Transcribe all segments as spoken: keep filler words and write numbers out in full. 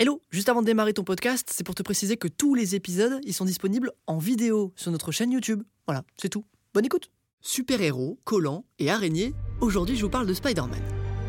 Hello, juste avant de démarrer ton podcast, c'est pour te préciser que tous les épisodes, ils sont disponibles en vidéo sur notre chaîne YouTube. Voilà, c'est tout. Bonne écoute. Super-héros, collants et araignées, aujourd'hui je vous parle de Spider-Man.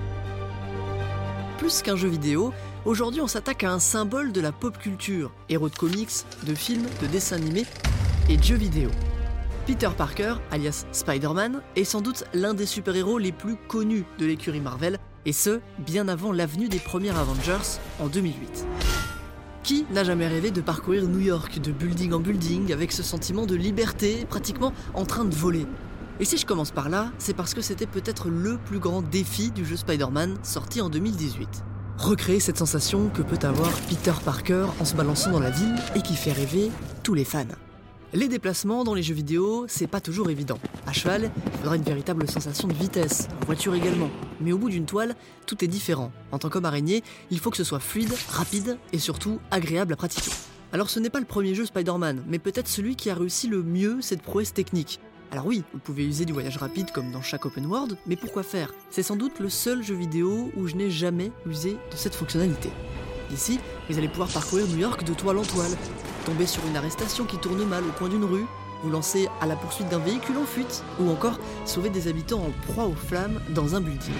Plus qu'un jeu vidéo, aujourd'hui on s'attaque à un symbole de la pop culture, héros de comics, de films, de dessins animés et de jeux vidéo. Peter Parker, alias Spider-Man, est sans doute l'un des super-héros les plus connus de l'écurie Marvel, et ce, bien avant l'avenue des premiers Avengers en deux mille huit. Qui n'a jamais rêvé de parcourir New York de building en building avec ce sentiment de liberté, pratiquement en train de voler? Et si je commence par là, c'est parce que c'était peut-être le plus grand défi du jeu Spider-Man sorti en deux mille dix-huit. Recréer cette sensation que peut avoir Peter Parker en se balançant dans la ville et qui fait rêver tous les fans. Les déplacements dans les jeux vidéo, c'est pas toujours évident. À cheval, il faudra une véritable sensation de vitesse, en voiture également. Mais au bout d'une toile, tout est différent. En tant qu'homme araignée, il faut que ce soit fluide, rapide et surtout agréable à pratiquer. Alors ce n'est pas le premier jeu Spider-Man, mais peut-être celui qui a réussi le mieux cette prouesse technique. Alors oui, vous pouvez user du voyage rapide comme dans chaque open world, mais pourquoi faire? C'est sans doute le seul jeu vidéo où je n'ai jamais usé de cette fonctionnalité. Ici, vous allez pouvoir parcourir New York de toile en toile, tomber sur une arrestation qui tourne mal au coin d'une rue, vous lancer à la poursuite d'un véhicule en fuite, ou encore sauver des habitants en proie aux flammes dans un building.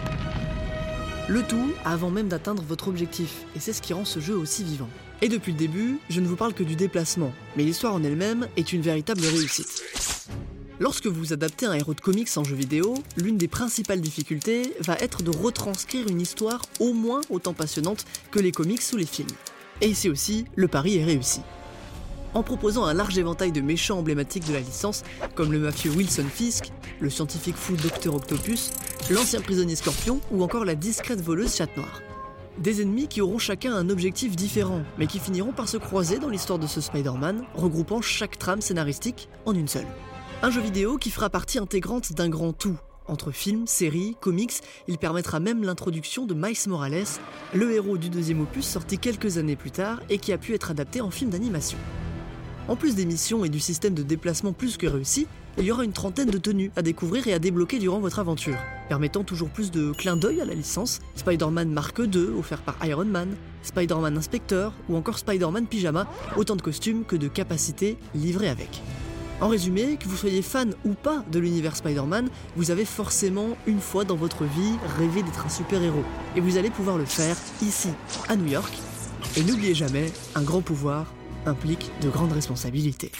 Le tout avant même d'atteindre votre objectif, et c'est ce qui rend ce jeu aussi vivant. Et depuis le début, je ne vous parle que du déplacement, mais l'histoire en elle-même est une véritable réussite. Lorsque vous adaptez un héros de comics en jeu vidéo, l'une des principales difficultés va être de retranscrire une histoire au moins autant passionnante que les comics ou les films. Et ici aussi, le pari est réussi. En proposant un large éventail de méchants emblématiques de la licence, comme le mafieux Wilson Fisk, le scientifique fou docteur Octopus, l'ancien prisonnier Scorpion ou encore la discrète voleuse Chatte Noire. Des ennemis qui auront chacun un objectif différent, mais qui finiront par se croiser dans l'histoire de ce Spider-Man, regroupant chaque trame scénaristique en une seule. Un jeu vidéo qui fera partie intégrante d'un grand tout. Entre films, séries, comics, il permettra même l'introduction de Miles Morales, le héros du deuxième opus sorti quelques années plus tard et qui a pu être adapté en film d'animation. En plus des missions et du système de déplacement plus que réussi, il y aura une trentaine de tenues à découvrir et à débloquer durant votre aventure, permettant toujours plus de clins d'œil à la licence, Spider-Man Mark deux offert par Iron Man, Spider-Man Inspector ou encore Spider-Man Pyjama, autant de costumes que de capacités livrées avec. En résumé, que vous soyez fan ou pas de l'univers Spider-Man, vous avez forcément, une fois dans votre vie, rêvé d'être un super-héros. Et vous allez pouvoir le faire ici, à New York. Et n'oubliez jamais, un grand pouvoir implique de grandes responsabilités.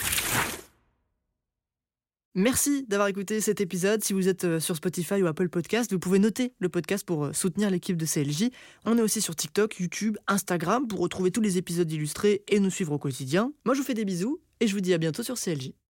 Merci d'avoir écouté cet épisode. Si vous êtes sur Spotify ou Apple Podcast, vous pouvez noter le podcast pour soutenir l'équipe de C L J. On est aussi sur TikTok, YouTube, Instagram pour retrouver tous les épisodes illustrés et nous suivre au quotidien. Moi, je vous fais des bisous et je vous dis à bientôt sur C L J.